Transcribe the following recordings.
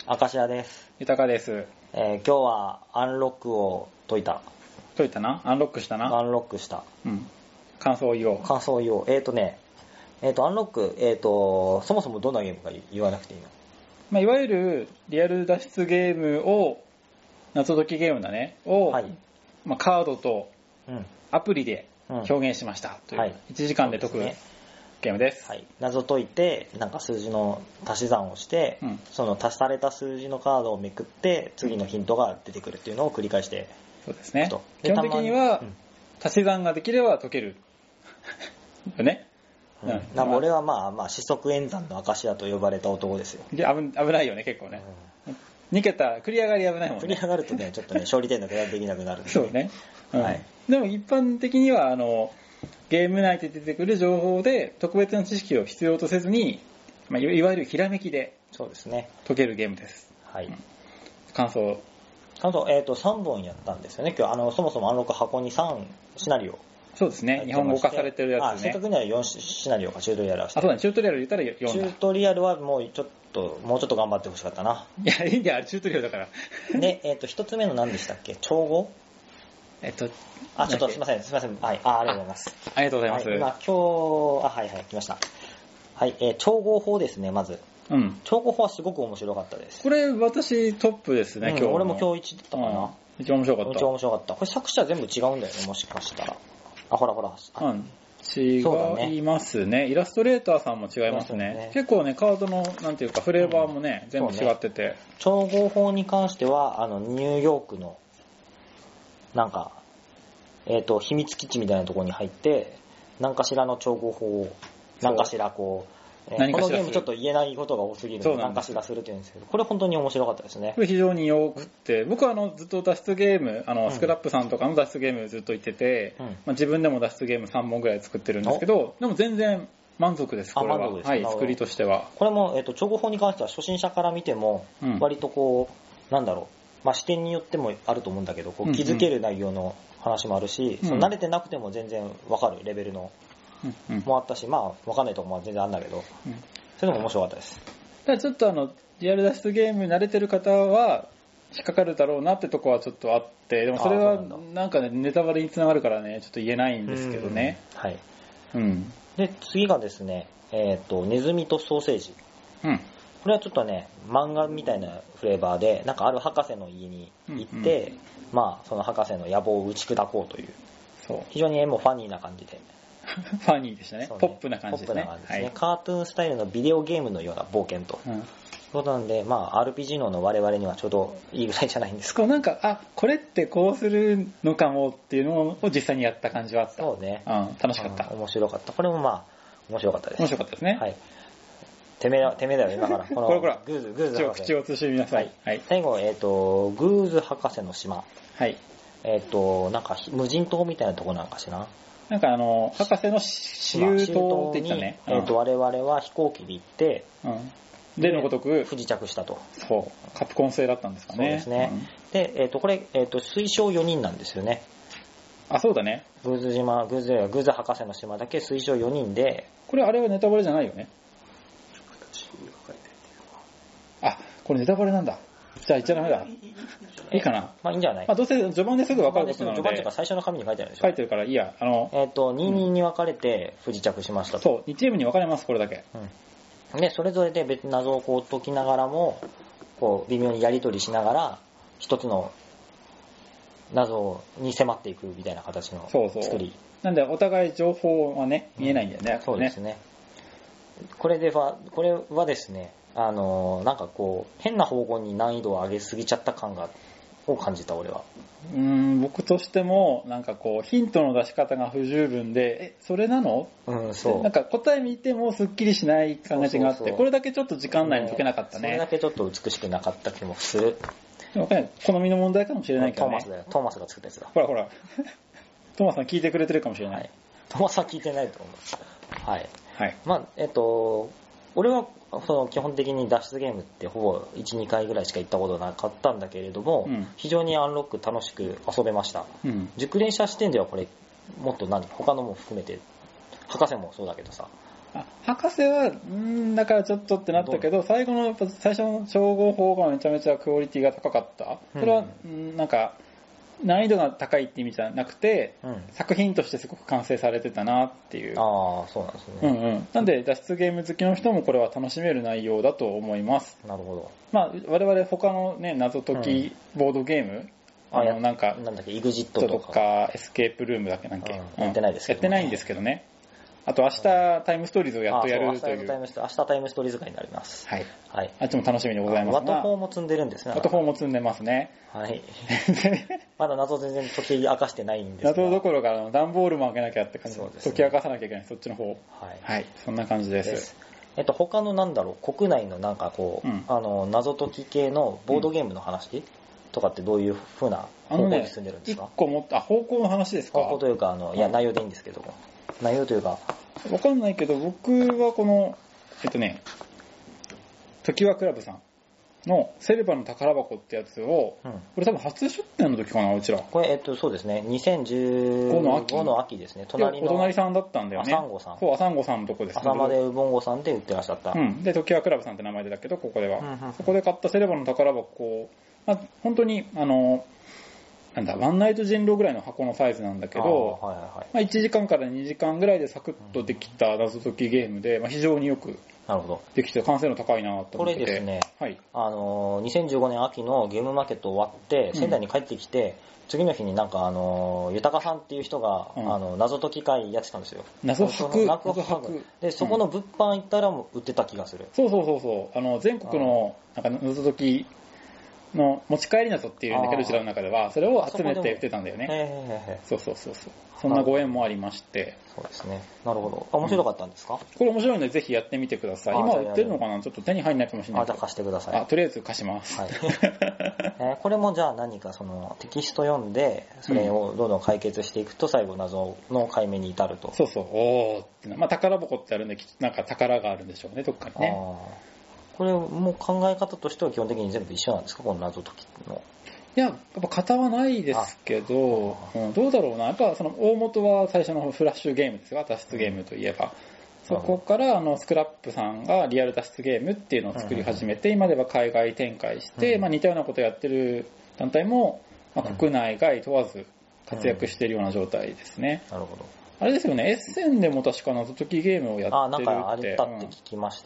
アカシアです。 豊です。 今日はアンロックを解いたな。アンロックしたな。 アンロックした。 うん。感想を言おう。 感想を言おう。アンロック、そもそもどんなゲームか言わなくていいの？ いわゆるリアル脱出ゲームを、謎解きゲームだね。を、 はい。 カードとうん。 アプリで表現しました。という、 はい。 1時間で解くゲームです。 はい。謎解いて、なんか数字の足し算をして、その足された数字のカードをめくって、次のヒントが出てくるっていうのを繰り返して、 そうですね。基本的には、足し算ができれば解ける。よね。 俺は四則演算のアカシアと呼ばれた男ですよ。 危ないよね、結構ね。2桁、繰り上がり危ないもんね。 繰り上がるとね、ちょっとね、勝利点の計算できなくなるんで。 そうね。 はい。 でも一般的には、ゲーム内で出てくる情報で特別な知識を必要とせずに、いわゆるひらめきでそうですね。 解けるゲームです。 はい。 感想。 3本やったんですよね。今日、そもそもアンロック箱に3シナリオ。 そうですね。日本語化されてるやつね。 正確には4シナリオか、チュートリアルはして。 そうだね。チュートリアル言ったら4だ。 チュートリアルはもうちょっと頑張ってほしかったな。 いや、いいんだよ。あれチュートリアルだから。 で、一つ目の何でしたっけ？調合？ちょっとすいません。はい。ありがとうございます。 ありがとうございます。 はい、来ました。はい、調合法ですね、まず。 うん。 調合法はすごく面白かったです。 これ、私トップですね、今日。 俺も今日1だったかな。 一番面白かった。 一番面白かった。これ作者全部違うんだよね、もしかしたら。ほら。 違いますね。イラストレーターさんも違いますね。結構ね、カードの、なんていうか、フレーバーもね、全部違ってて。 調合法に関しては、ニューヨークの、なんか、秘密基地みたいなところに入って、何かしらの調合法を、何かしらこう、このゲームちょっと言えないことが多すぎるので何かしらするっていうんですけど、これ本当に面白かったですね。 これ非常に良くて、僕はずっと脱出ゲーム、スクラップさんとかの脱出ゲームずっと言ってて、自分でも脱出ゲーム3本ぐらい作ってるんですけど、でも全然満足です、これは。 満足です。 はい、作りとしては。 これも、調合法に関しては初心者から見ても、割とこう、視点によってもあると思うんだけど、こう気づける内容の話もあるし、慣れてなくても全然わかるレベルのもあったし、わかんないとこも全然あるんだけど、それでも面白かったです。 ただちょっとリアル脱出ゲーム慣れてる方は引っかかるだろうなってとこはちょっとあって、でもそれはなんかね、ネタバレにつながるからね、ちょっと言えないんですけどね。 はい。 うん。 で、次がですね、ネズミとソーセージ。 うん。 これはちょっとね、漫画みたいなフレーバーで、なんかある博士の家に行って、その博士の野望を打ち砕こうという、非常にもうファニーな感じで。 ファニーでしたね。ポップな感じですね。 カートゥーンスタイルのビデオゲームのような冒険と。そういうことなんで、RPG の我々にはちょうどいいぐらいじゃないんですか。 なんか、これってこうするのかもっていうのを実際にやった感じはあった。 そうね。 楽しかった。 面白かった。これも面白かったです。 面白かったですね。 はい。てめえだよ、今から。 これグーズ博士。 口を慎みなさい。はい。 最後、グーズ博士の島。 はい。 なんか無人島みたいなとこなんかしら。 なんか博士の私有島って言ったね。 我々は飛行機で行って、 例のごとく不時着したと。 そう。カプコン製だったんですかね。 そうですね。で、これ、推奨4人なんですよね。 そうだね。 グーズ博士の島だけ推奨4人で。 これあれはネタバレじゃないよね。これネタバレなんだ。じゃあ言っちゃダメだ。いいかな。 いいんじゃない？ どうせ序盤ですぐ分かることなので。 序盤というか最初の紙に書いてあるでしょ。 書いてるからいいや。 2人に分かれて不時着しましたと。 そう、2チームに分かれます、これだけ。 で、それぞれで別謎をこう解きながらも、こう微妙にやり取りしながら、一つの謎に迫っていくみたいな形の作り。そうなんでお互い情報はね、見えないんだよね。 そうですね。これはですね、なんかこう変な方向に難易度を上げすぎちゃった感を感じた。俺は僕としてもなんかこうヒントの出し方が不十分でそれなの？そうなんか答え見てもすっきりしない感じがあって、これだけちょっと時間内に解けなかったね。 それだけちょっと美しくなかった気もする。 でも好みの問題かもしれないけどね。 トーマスが作ったやつだ。 ほらトーマスさん聞いてくれてるかもしれない。 トーマスさん聞いてないと思う。はい。 はい。 俺は基本的に脱出ゲームってほぼ 1,2 回ぐらいしか行ったことなかったんだけれども、非常にアンロック楽しく遊べました。熟練者視点ではこれもっと他のも含めて博士もそうだけどさ、 博士はだからちょっとってなったけど、最初の調合法がめちゃめちゃクオリティが高かった。それはなんか難易度が高いって意味じゃなくて、作品としてすごく完成されてたなっていう。 ああ、そうなんですね。 なんで脱出ゲーム好きの人もこれは楽しめる内容だと思います。 なるほど。 我々他のね謎解きボードゲーム、なんだっけ、イグジットとかエスケープルームだっけなんけ、 やってないですけど、 やってないんですけどね。あと明日タイムストーリーズをやっとやるという。 明日タイムストーリーズ会になります。 はい。あっちも楽しみでございますが。 ワト4も積んでるんですね。 ワト4も積んでますね。 はい。まだ謎全然解き明かしてないんですが。 謎どころか段ボールも開けなきゃって感じで、解き明かさなきゃいけない、そっちの方。はい。そんな感じです。 他の国内のなんかこう、謎解き系のボードゲームの話とかってどういう風な方向に進んでるんですか？ 方向の話ですか？ 方向というか、内容でいいんですけど、内容というか。 わかんないけど、僕はこの、時はクラブさんのセルバの宝箱ってやつを、これ多分初出展の時かな、うちら。 これ、そうですね、2015の秋ですね。 お隣さんだったんだよね。 アサンゴさん。 そう、アサンゴさんのとこですね。 浅間でウボンゴさんで売ってらっしゃった。 で、時はクラブさんって名前でだけど、ここでは。そこで買ったセレバの宝箱を、本当に、ワンナイト人狼ぐらいの箱のサイズなんだけど、1時間から2時間ぐらいでサクッとできた謎解きゲームで、非常によくできて完成度高いなと思ってて。 これですね、2015年秋のゲームマーケット終わって、仙台に帰ってきて、次の日になんか豊さんっていう人が、謎解き会やってたんですよ。 謎博で、そこの物販行ったらもう売ってた気がする。 そう。全国のなんか謎解きの持ち帰り謎っていうんだけど、うちらの中ではそれを集めて売ってたんだよね。そう。そんなご縁もありまして。 そうですね。なるほど。面白かったんですか？ これ面白いのでぜひやってみてください。今売ってるのかな？ちょっと手に入んないかもしれないけど。 じゃあ貸してください。 とりあえず貸します。 これもじゃあ何かそのテキスト読んでそれをどんどん解決していくと最後謎の解明に至ると。 そう。おーって。宝箱ってあるんでなんか宝があるんでしょうね、どっかにね。 これも考え方としては基本的に全部一緒なんですか、この謎解きの。 いや、やっぱ型はないですけど、どうだろうな。やっぱその大元は最初のフラッシュゲームですが、脱出ゲームといえば。そこからスクラップさんがリアル脱出ゲームっていうのを作り始めて、今では海外展開して、似たようなことをやってる団体も、国内外問わず活躍しているような状態ですね。 なるほど。 あれですよね、エッセンでも確か謎解きゲームをやってるって。 なんかあれだって聞きました。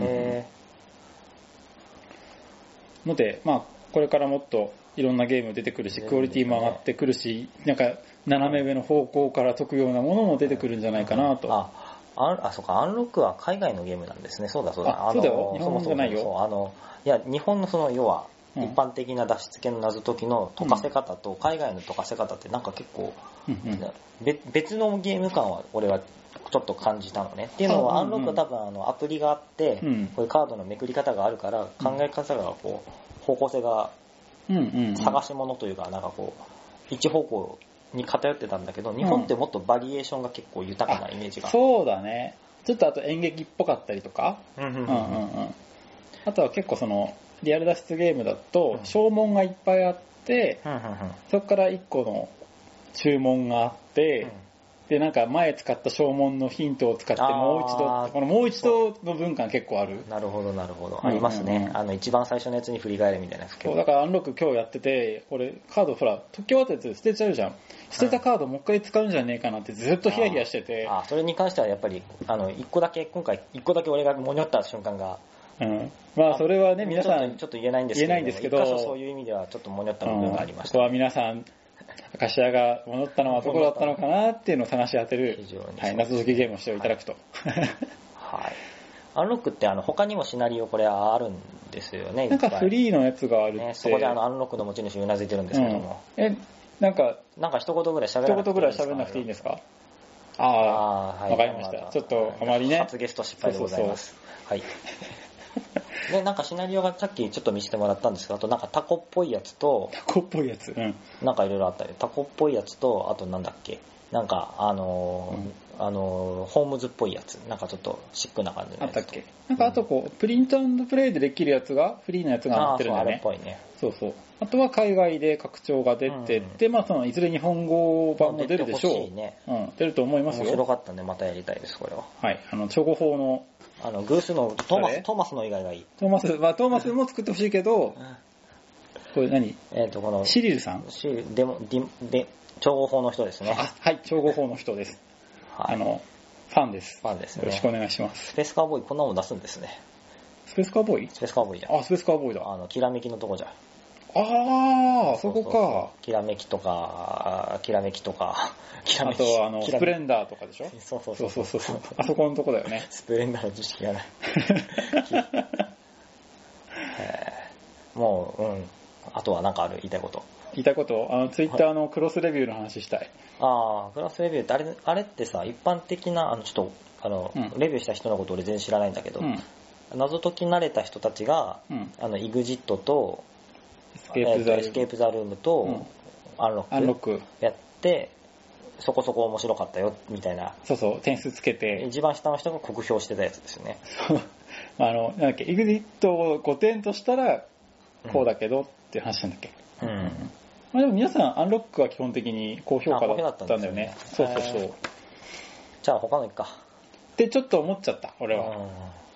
ので、これからもっといろんなゲーム出てくるし、クオリティも上がってくるし、なんか斜め上の方向から解くようなものも出てくるんじゃないかなと。 そうか、アンロックは海外のゲームなんですね。そうだ。 そうだよ。日本じゃないよ。 いや、日本のその要は一般的な脱出系の謎解きの解かせ方と海外の解かせ方ってなんか結構別のゲーム感は俺はちょっと感じたのね。っていうのはアンロックは多分アプリがあって、こういうカードのめくり方があるから考え方がこう方向性が探し物というかなんかこう一方向に偏ってたんだけど、日本ってもっとバリエーションが結構豊かなイメージが。 そうだね。ちょっとあと演劇っぽかったりとか。あとは結構そのリアル脱出ゲームだと小問がいっぱいあって、そこから1個の注文があって、でなんか前使った小問のヒントを使ってもう一度、このもう一度の文化結構ある。 なるほどありますね。一番最初のやつに振り返るみたいなやつ。 そうだからアンロック今日やってて、これカードほら解き終わったやつ捨てちゃうじゃん。捨てたカードもう一回使うんじゃねえかなってずっとヒヤヒヤしてて。 それに関してはやっぱり今回一個だけ俺がもにょった瞬間が。 それはね皆さんちょっと言えないんですけど、一箇所そういう意味ではちょっともにょった部分がありました。 ここは皆さんアカシアが戻ったのはどこだったのかなっていうのを探し当てる、謎解きゲームをしていただくと。 アンロックって他にもシナリオこれあるんですよね。 なんかフリーのやつがあるって。 そこでアンロックの持ち主うなずいてるんですけども。 なんか一言ぐらい喋らなくていいんですか？ わかりました。ちょっとあまりね。 初ゲスト失敗でございます。はい。で、なんかシナリオがさっきちょっと見せてもらったんですけど、あとなんかタコっぽいやつと、 なんかいろいろあったり、タコっぽいやつと、あとなんだっけ、なんかホームズっぽいやつ、なんかちょっとシックな感じのやつ。 あったっけ？なんかあとこう、プリント&プレイでできるやつが、フリーのやつが載ってるんだよね。 あれっぽいね。 そうそう。あとは海外で拡張が出てって、まあそのいずれ日本語版も出るでしょう。 出てほしいね。 出ると思いますよ。 面白かったんでまたやりたいです、これは。 はい。超語法の。 グースのトーマスの以外がいい。 トーマスも作ってほしいけど、これ何？ このシリルさん？ 調合法の人ですね。 はい、調合法の人です。 はい。 ファンです。 ファンですね。 よろしくお願いします。 スペースカーボーイこんなもん出すんですね。 スペースカーボーイ？ スペースカーボーイじゃん。 スペースカーボーイだ。 きらめきのとこじゃん。 そこか。 きらめきとか、あとスプレンダーとかでしょ？ そう。 あそこのとこだよね。 スプレンダーの知識がない。もう、あとはなんかある？言いたいこと。 ツイッターのクロスレビューの話したい。 クロスレビューってあれってさ、一般的な、レビューした人のこと俺全然知らないんだけど、謎解き慣れた人たちが、EXIT と、エスケープザルームと、アンロックやって、そこそこ面白かったよ、みたいな。 そう、点数つけて。 一番下の人が酷評してたやつですよね。 なんだっけ、EXIT を5点としたら、こうだけどっていう話なんだっけ。でも皆さん、アンロックは基本的に高評価だったんだよね。そう。 じゃあ他のいっか。 ってちょっと思っちゃった、俺は。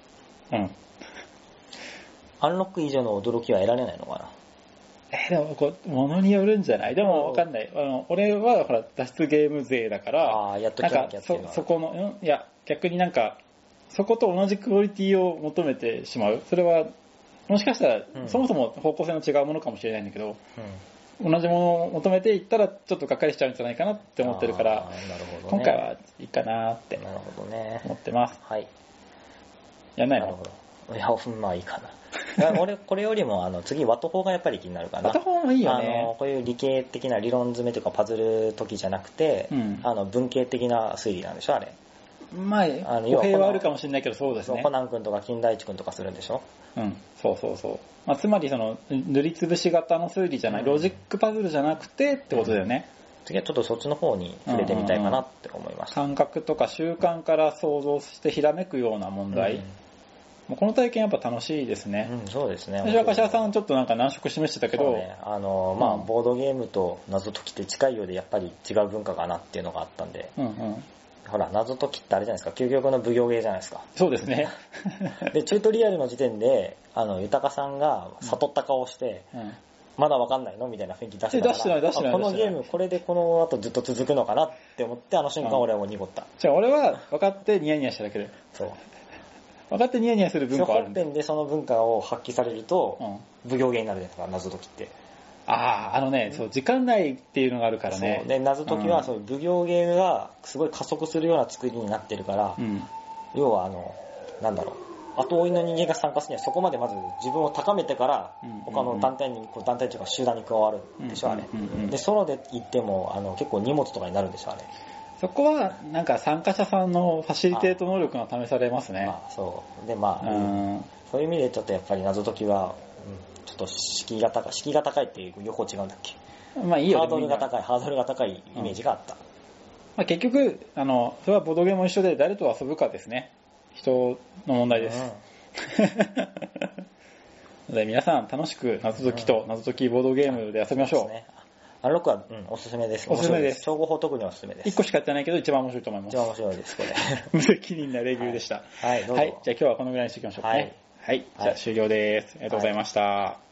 アンロック以上の驚きは得られないのかな。 でも物によるんじゃない？でもわかんない。俺はほら脱出ゲーム勢だから、 やっときなきゃっていうのはそこの、いや逆になんかそこと同じクオリティを求めてしまう。それはもしかしたら、そもそも方向性の違うものかもしれないんだけど、同じものを求めていったらちょっとがっかりしちゃうんじゃないかなって思ってるから、今回はいいかなって思ってます。 はい。 やんないの？ なるほど。いや、まあいいかな。俺これよりも次ワト法がやっぱり気になるかな。 ワト法もいいよね。 こういう理系的な理論詰めというかパズル解きじゃなくて、文系的な推理なんでしょあれ。 まあ語弊はあるかもしれないけどそうですね。 コナン君とか金田一君とかするんでしょ。 そう。つまり塗りつぶし型の推理じゃない、ロジックパズルじゃなくてってことだよね。 次はちょっとそっちの方に触れてみたいかなって思いました。 感覚とか習慣から想像してひらめくような問題。この体験やっぱ楽しいですね。 そうですね。 私は柏さんちょっとなんか難色示してたけど、 ボードゲームと謎解きって近いようでやっぱり違う文化かなっていうのがあったんで、ほら謎解きってあれじゃないですか、究極の奉行ゲーじゃないですか。 そうですね。 でチュートリアルの時点で豊さんが悟った顔をして、まだわかんないのみたいな雰囲気出してたからこのゲームこれでこの後ずっと続くのかなって思って瞬間俺はもう濁った。 俺は分かってニヤニヤしただけで。そう。分かってニヤニヤする文化はあるんだ。 本編でその文化を発揮されると、奉行ゲーになるじゃないですか、謎解きって。 そう時間内っていうのがあるからね。 で謎解きはそういう奉行ゲーがすごい加速するような作りになってるから、要は後追いの人間が参加するにはそこまでまず自分を高めてから他の団体というか集団に加わるでしょあれ。でソロで行っても結構荷物とかになるんでしょあれ。 そこはなんか参加者さんのファシリテート能力が試されますね。 そうでそういう意味でちょっとやっぱり謎解きは、ちょっと敷居が高いっていう両方違うんだっけ。 いいよ。 ハードルが高いイメージがあった。 結局それはボードゲームも一緒で誰と遊ぶかですね。人の問題です。で皆さん楽しく謎解きと謎解きボードゲームで遊びましょう。 アンロックは、おすすめです。 おすすめです。 調合法特におすすめです。 1個しかやってないけど一番面白いと思います。 一番面白いです、これ。 無責任なレビューでした。 はい、どうぞ。 はい、じゃあ今日はこのぐらいにしておきましょうかね。はい、じゃあ終了です。ありがとうございました。